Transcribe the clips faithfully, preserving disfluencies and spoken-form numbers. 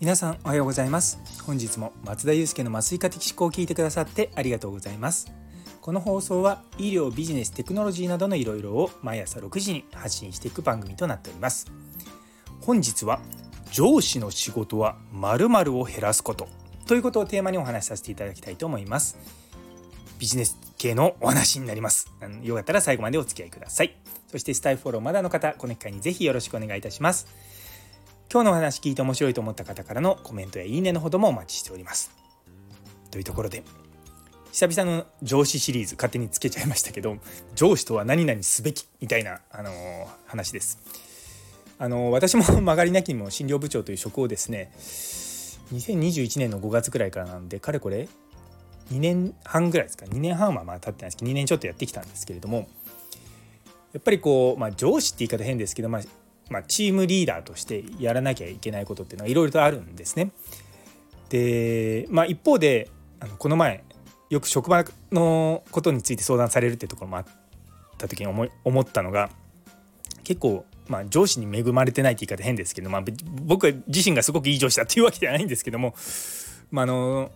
皆さんおはようございます。本日も松田祐介の麻酔科的思考を聞いてくださってありがとうございます。この放送は医療、ビジネス、テクノロジーなどのいろいろを毎朝ろくじに発信していく番組となっております。本日は上司の仕事は〇〇を減らすことということをテーマにお話しさせていただきたいと思います。ビジネス系のお話になります。よかったら最後までお付き合いください。そしてスタイフフォローまだの方、この機会にぜひよろしくお願いいたします。今日のお話聞いて面白いと思った方からのコメントやいいねのほどもお待ちしております。というところで久々の上司シリーズ勝手につけちゃいましたけど、上司とは何々すべきみたいな、あのー、話です。あのー、私も曲がりなきにも診療部長という職をですねにせんにじゅういちねんのごがつくらいからなんでかれこれにねんはんぐらいですか。にねんはんはまあ経ってないですけどにねんちょっとやってきたんですけれども、やっぱりこう、まあ、上司って言い方変ですけど、まあまあ、チームリーダーとしてやらなきゃいけないことっていうのはいろいろとあるんですね。で、まあ、一方であのこの前よく職場のことについて相談されるっていうところもあった時に 思, い思ったのが結構、まあ、上司に恵まれてないって言い方変ですけど、まあ、僕自身がすごくいい上司だっていうわけではないんですけども、まあ、あの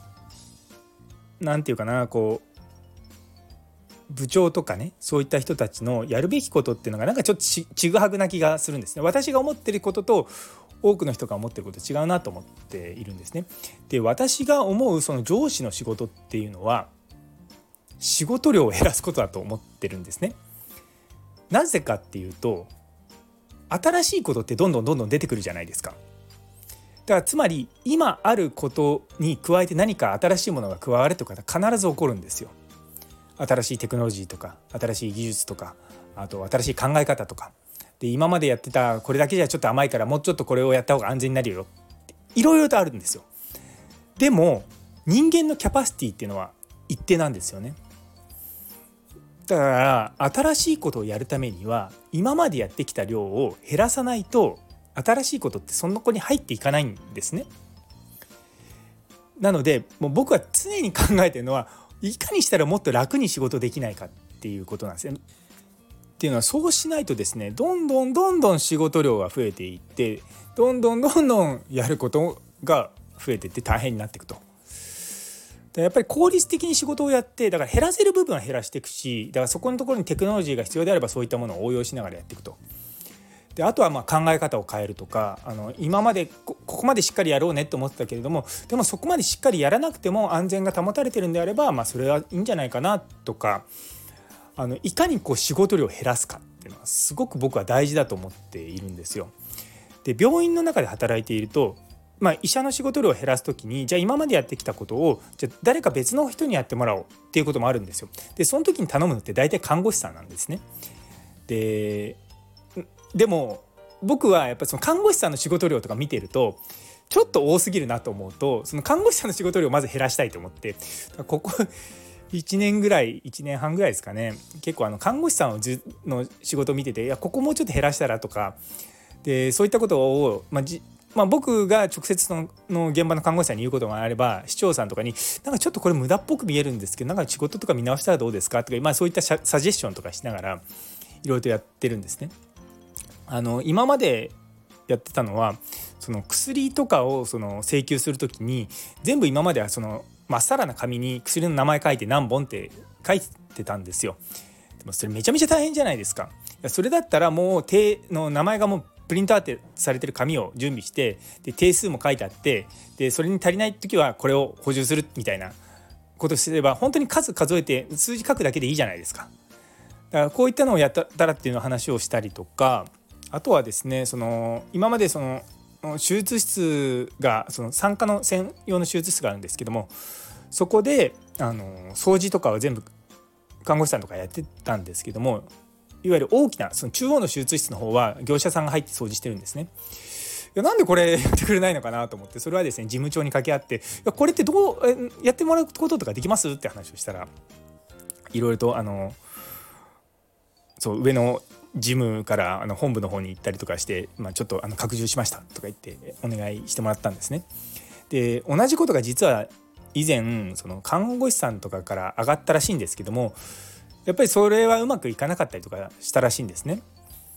なんていうかなこう部長とかね、そういった人たちのやるべきことっていうのがなんかちょっと ち, ちぐはぐな気がするんですね。私が思ってることと多くの人が思ってること違うなと思っているんですね。で、私が思うその上司の仕事っていうのは仕事量を減らすことだと思ってるんですね。なぜかっていうと、新しいことってどんどんどんどん出てくるじゃないですか。だからつまり今あることに加えて何か新しいものが加わるということは必ず起こるんですよ。新しいテクノロジーとか新しい技術とか、あと新しい考え方とかで、今までやってたこれだけじゃちょっと甘いからもうちょっとこれをやった方が安全になるよっていろいろとあるんですよ。でも人間のキャパシティっていうのは一定なんですよね。だから新しいことをやるためには今までやってきた量を減らさないと新しいことってその子に入っていかないんですね。なのでもう僕は常に考えてるのは、いかにしたらもっと楽に仕事できないかっていうことなんですよ。っていうのは、そうしないとですね、どんどんどんどん仕事量が増えていって、どんどんどんどんやることが増えていって大変になっていくと。やっぱり効率的に仕事をやって、だから減らせる部分は減らしていくし、だからそこのところにテクノロジーが必要であればそういったものを応用しながらやっていくと。で、あとはまあ考え方を変えるとか、あの今まで こ, ここまでしっかりやろうねって思ってたけれども、でもそこまでしっかりやらなくても安全が保たれてるんであれば、まあ、それはいいんじゃないかなとか、あのいかにこう仕事量を減らすかっていうのはすごく僕は大事だと思っているんですよ。で、病院の中で働いていると、まあ、医者の仕事量を減らすときに、じゃあ今までやってきたことをじゃあ誰か別の人にやってもらおうっていうこともあるんですよ。で、その時に頼むのって大体看護師さんなんですね。ででも僕はやっぱりその看護師さんの仕事量とか見てるとちょっと多すぎるなと思うと、その看護師さんの仕事量をまず減らしたいと思って、ここいちねんぐらいいちねんはんぐらいですかね、結構あの看護師さんの仕事を見てて、いやここもうちょっと減らしたらとかで、そういったことを、まあじまあ、僕が直接そのの現場の看護師さんに言うこともあれば、市長さんとかになんかちょっとこれ無駄っぽく見えるんですけど、なんか仕事とか見直したらどうですかとか、まあ、そういったサジェッションとかしながらいろいろとやってるんですね。あの今までやってたのは、その薬とかをその請求するときに全部今まではそのまっさらな紙に薬の名前書いて何本って書いてたんですよ。でもそれめちゃめちゃ大変じゃないですか。いや、それだったらもう定の名前がもうプリントアウトされてる紙を準備して、で定数も書いてあって、でそれに足りない時はこれを補充するみたいなことをすれば、本当に数数えて数字書くだけでいいじゃないですか。だからこういったのをやったらっていうの話をしたりとか、あとはですね、その今までその手術室がその産科の専用の手術室があるんですけども、そこであの掃除とかは全部看護師さんとかやってたんですけども、いわゆる大きなその中央の手術室の方は業者さんが入って掃除してるんですね。いや、なんでこれやってくれないのかなと思って、それはですね事務長に掛け合って、いやこれってどうやってもらうこととかできますって話をしたら、いろいろとあのそう上の事務からあの本部の方に行ったりとかして、まあ、ちょっとあの拡充しましたとか言ってお願いしてもらったんですね。で、同じことが実は以前その看護師さんとかから上がったらしいんですけども、やっぱりそれはうまくいかなかったりとかしたらしいんですね。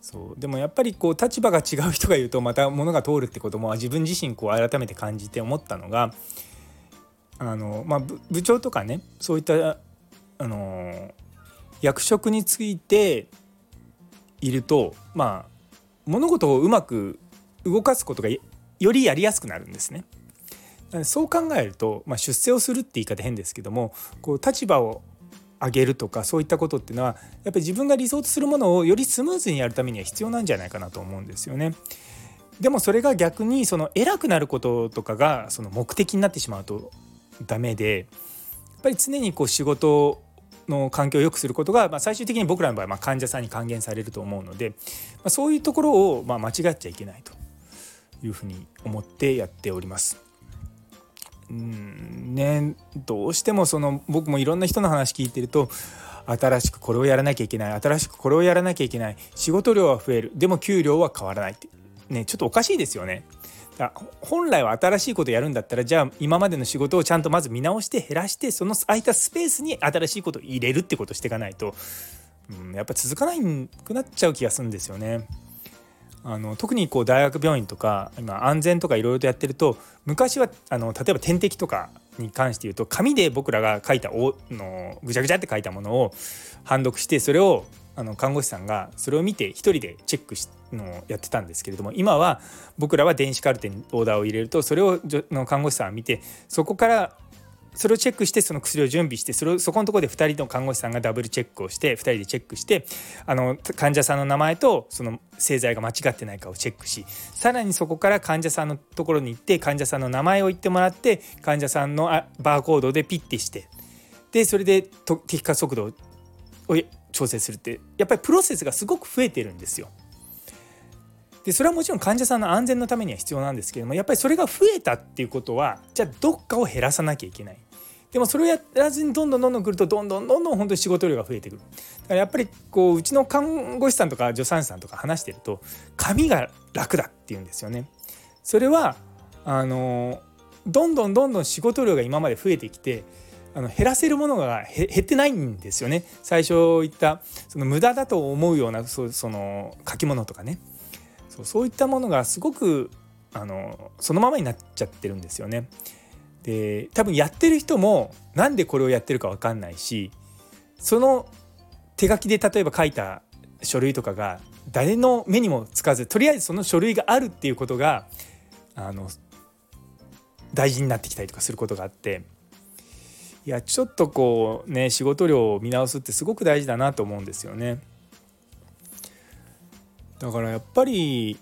そうでもやっぱりこう立場が違う人が言うとまた物が通るってことも自分自身こう改めて感じて思ったのが、あの、まあ、部, 部長とかね、そういったあの役職についていると、まあ、物事をうまく動かすことがよりやりやすくなるんですね。そう考えると、まあ、出世をするって言い方変ですけども、こう立場を上げるとかそういったことっていうのはやっぱり自分が理想とするものをよりスムーズにやるためには必要なんじゃないかなと思うんですよね。でもそれが逆にその偉くなることとかがその目的になってしまうとダメで、やっぱり常にこう仕事の環境を良くすることが、まあ、最終的に僕らの場合まあ患者さんに還元されると思うので、まあ、そういうところをまあ間違っちゃいけないというふうに思ってやっております。うんね、どうしてもその僕もいろんな人の話聞いてると、新しくこれをやらなきゃいけない、新しくこれをやらなきゃいけない、仕事量は増える、でも給料は変わらないって、ね、ちょっとおかしいですよね。だ本来は新しいことやるんだったら、じゃあ今までの仕事をちゃんとまず見直して減らして、その空いたスペースに新しいことを入れるってことをしていかないと、うん、やっぱ続かなくなっちゃう気がするんですよね。あの特にこう大学病院とか今安全とかいろいろとやってると、昔はあの例えば点滴とかに関して言うと、紙で僕らが書いたおのぐちゃぐちゃって書いたものを判読して、それをあの看護師さんがそれを見て一人でチェックしのをやってたんですけれども、今は僕らは電子カルテにオーダーを入れると、それをの看護師さんが見て、そこからそれをチェックして、その薬を準備して、それをそこのところでふたりの看護師さんがダブルチェックをして、ふたりでチェックして、あの患者さんの名前とその製剤が間違ってないかをチェックし、さらにそこから患者さんのところに行って、患者さんの名前を言ってもらって、患者さんのバーコードでピッてして、でそれで適化速度を調整するって、やっぱりプロセスがすごく増えてるんですよ。でそれはもちろん患者さんの安全のためには必要なんですけども、やっぱりそれが増えたっていうことは、じゃあどっかを減らさなきゃいけない。でもそれをやらずにどんどんどんどん来ると、どんどんどんどん本当に仕事量が増えてくる。だからやっぱりこううちの看護師さんとか助産師さんとか話してると、紙が楽だって言うんですよね。それはあのどんどんどんどん仕事量が今まで増えてきて、あの減らせるものが減ってないんですよね。最初言ったその無駄だと思うような そ, その書き物とかね、そう、そういったものがすごくあのそのままになっちゃってるんですよね。で多分やってる人もなんでこれをやってるか分かんないし、その手書きで例えば書いた書類とかが誰の目にもつかず、とりあえずその書類があるっていうことがあの大事になってきたりとかすることがあって、いやちょっとこうね、仕事量を見直すってすごく大事だなと思うんですよね。だからやっぱり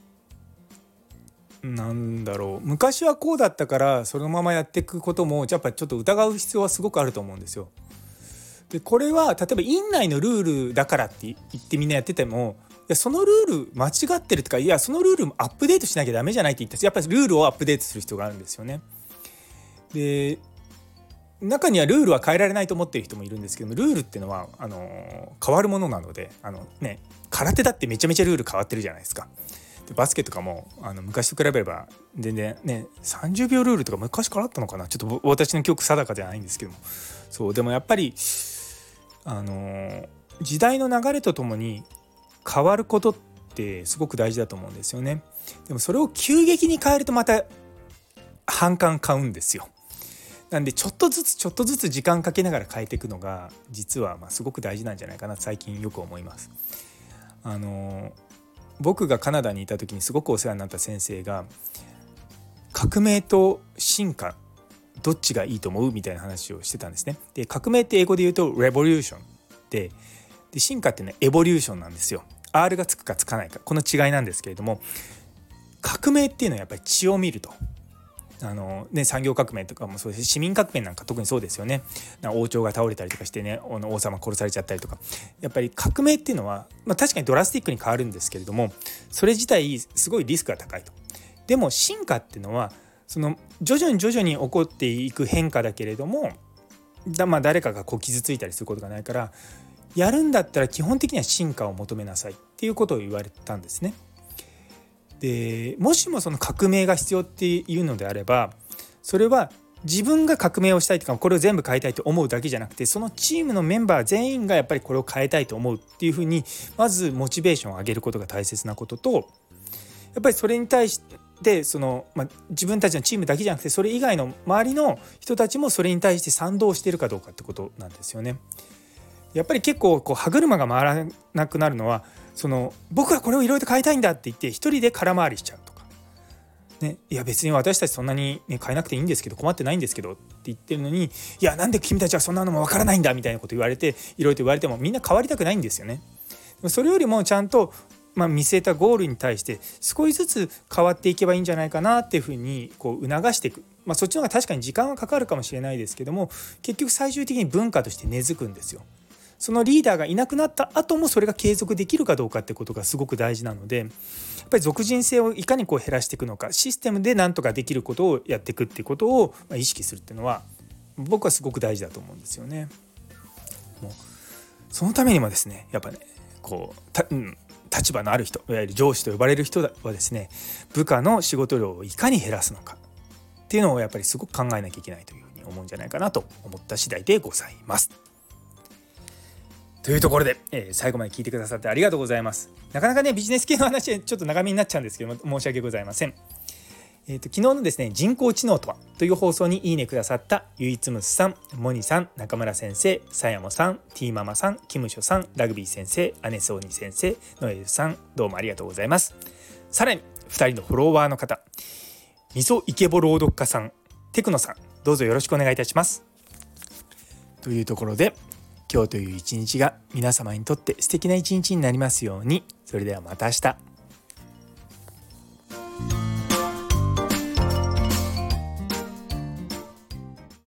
なんだろう、昔はこうだったからそのままやっていくこともやっぱちょっと疑う必要はすごくあると思うんですよ。でこれは例えば院内のルールだからって言ってみんなやってても、いやそのルール間違ってるとか、いやそのルールもアップデートしなきゃダメじゃないって言ったら、やっぱりルールをアップデートする必要があるんですよね。で中にはルールは変えられないと思っている人もいるんですけども、ルールっていうのはあの変わるものなので、あの、ね、空手だってめちゃめちゃルール変わってるじゃないですか。でバスケとかもあの昔と比べれば全然ね、さんじゅうびょうルールとか昔からあったのかな、ちょっと私の記憶定かじゃないんですけども、そうでもやっぱりあの時代の流れとともに変わることってすごく大事だと思うんですよね。でもそれを急激に変えるとまた反感買うんですよ。なんでちょっとずつちょっとずつ時間かけながら変えていくのが実はまあすごく大事なんじゃないかなと最近よく思います。あの僕がカナダにいた時にすごくお世話になった先生が、革命と進化どっちがいいと思うみたいな話をしてたんですね。で革命って英語で言うとレボリューションで、で進化ってねエボリューションなんですよ。 R がつくかつかないか、この違いなんですけれども、革命っていうのはやっぱり血を見ると、あのね、産業革命とかもそうですし、市民革命なんか特にそうですよね。王朝が倒れたりとかしてね、王様殺されちゃったりとか、やっぱり革命っていうのは、まあ、確かにドラスティックに変わるんですけれども、それ自体すごいリスクが高いと。でも進化っていうのはその徐々に徐々に起こっていく変化だけれども、だ、まあ、誰かがこう傷ついたりすることがないから、やるんだったら基本的には進化を求めなさいっていうことを言われたんですね。でもしもその革命が必要っていうのであれば、それは自分が革命をしたいとかこれを全部変えたいと思うだけじゃなくて、そのチームのメンバー全員がやっぱりこれを変えたいと思うっていうふうにまずモチベーションを上げることが大切なことと、やっぱりそれに対してその、まあ、自分たちのチームだけじゃなくてそれ以外の周りの人たちもそれに対して賛同しているかどうかってことなんですよね。やっぱり結構こう歯車が回らなくなるのは、その僕はこれをいろいろと変えたいんだって言って一人で空回りしちゃうとか、ね、いや別に私たちそんなに、ね、変えなくていいんですけど困ってないんですけどって言ってるのに、いやなんで君たちはそんなのもわからないんだみたいなこと言われていろいろと言われてもみんな変わりたくないんですよね。それよりもちゃんとまあ見据えたゴールに対して少しずつ変わっていけばいいんじゃないかなっていうふうにこう促していく、まあ、そっちの方が確かに時間はかかるかもしれないですけども、結局最終的に文化として根付くんですよ。そのリーダーがいなくなった後もそれが継続できるかどうかってことがすごく大事なので、やっぱり属人性をいかにこう減らしていくのか、システムでなんとかできることをやっていくっていうことを意識するっていうのは僕はすごく大事だと思うんですよね。もうそのためにもですね、やっぱねこうた、うん、立場のある人、いわゆる上司と呼ばれる人はですね、部下の仕事量をいかに減らすのかっていうのをやっぱりすごく考えなきゃいけないというふうに思うんじゃないかなと思った次第でございます。というところで、えー、最後まで聞いてくださってありがとうございます。なかなかねビジネス系の話ちょっと長めになっちゃうんですけども申し訳ございません。えーと、昨日のですね人工知能とはという放送にいいねくださったゆいつむすさん、モニさん、中村先生、さやもさん、ティーママさん、キムショさん、ラグビー先生、アネソーニ先生、ノエルさん、どうもありがとうございます。さらにふたりのフォロワーの方、みそイケボ朗読家さん、テクノさん、どうぞよろしくお願いいたします。というところで今日という一日が皆様にとって素敵な一日になりますように。それではまた明日。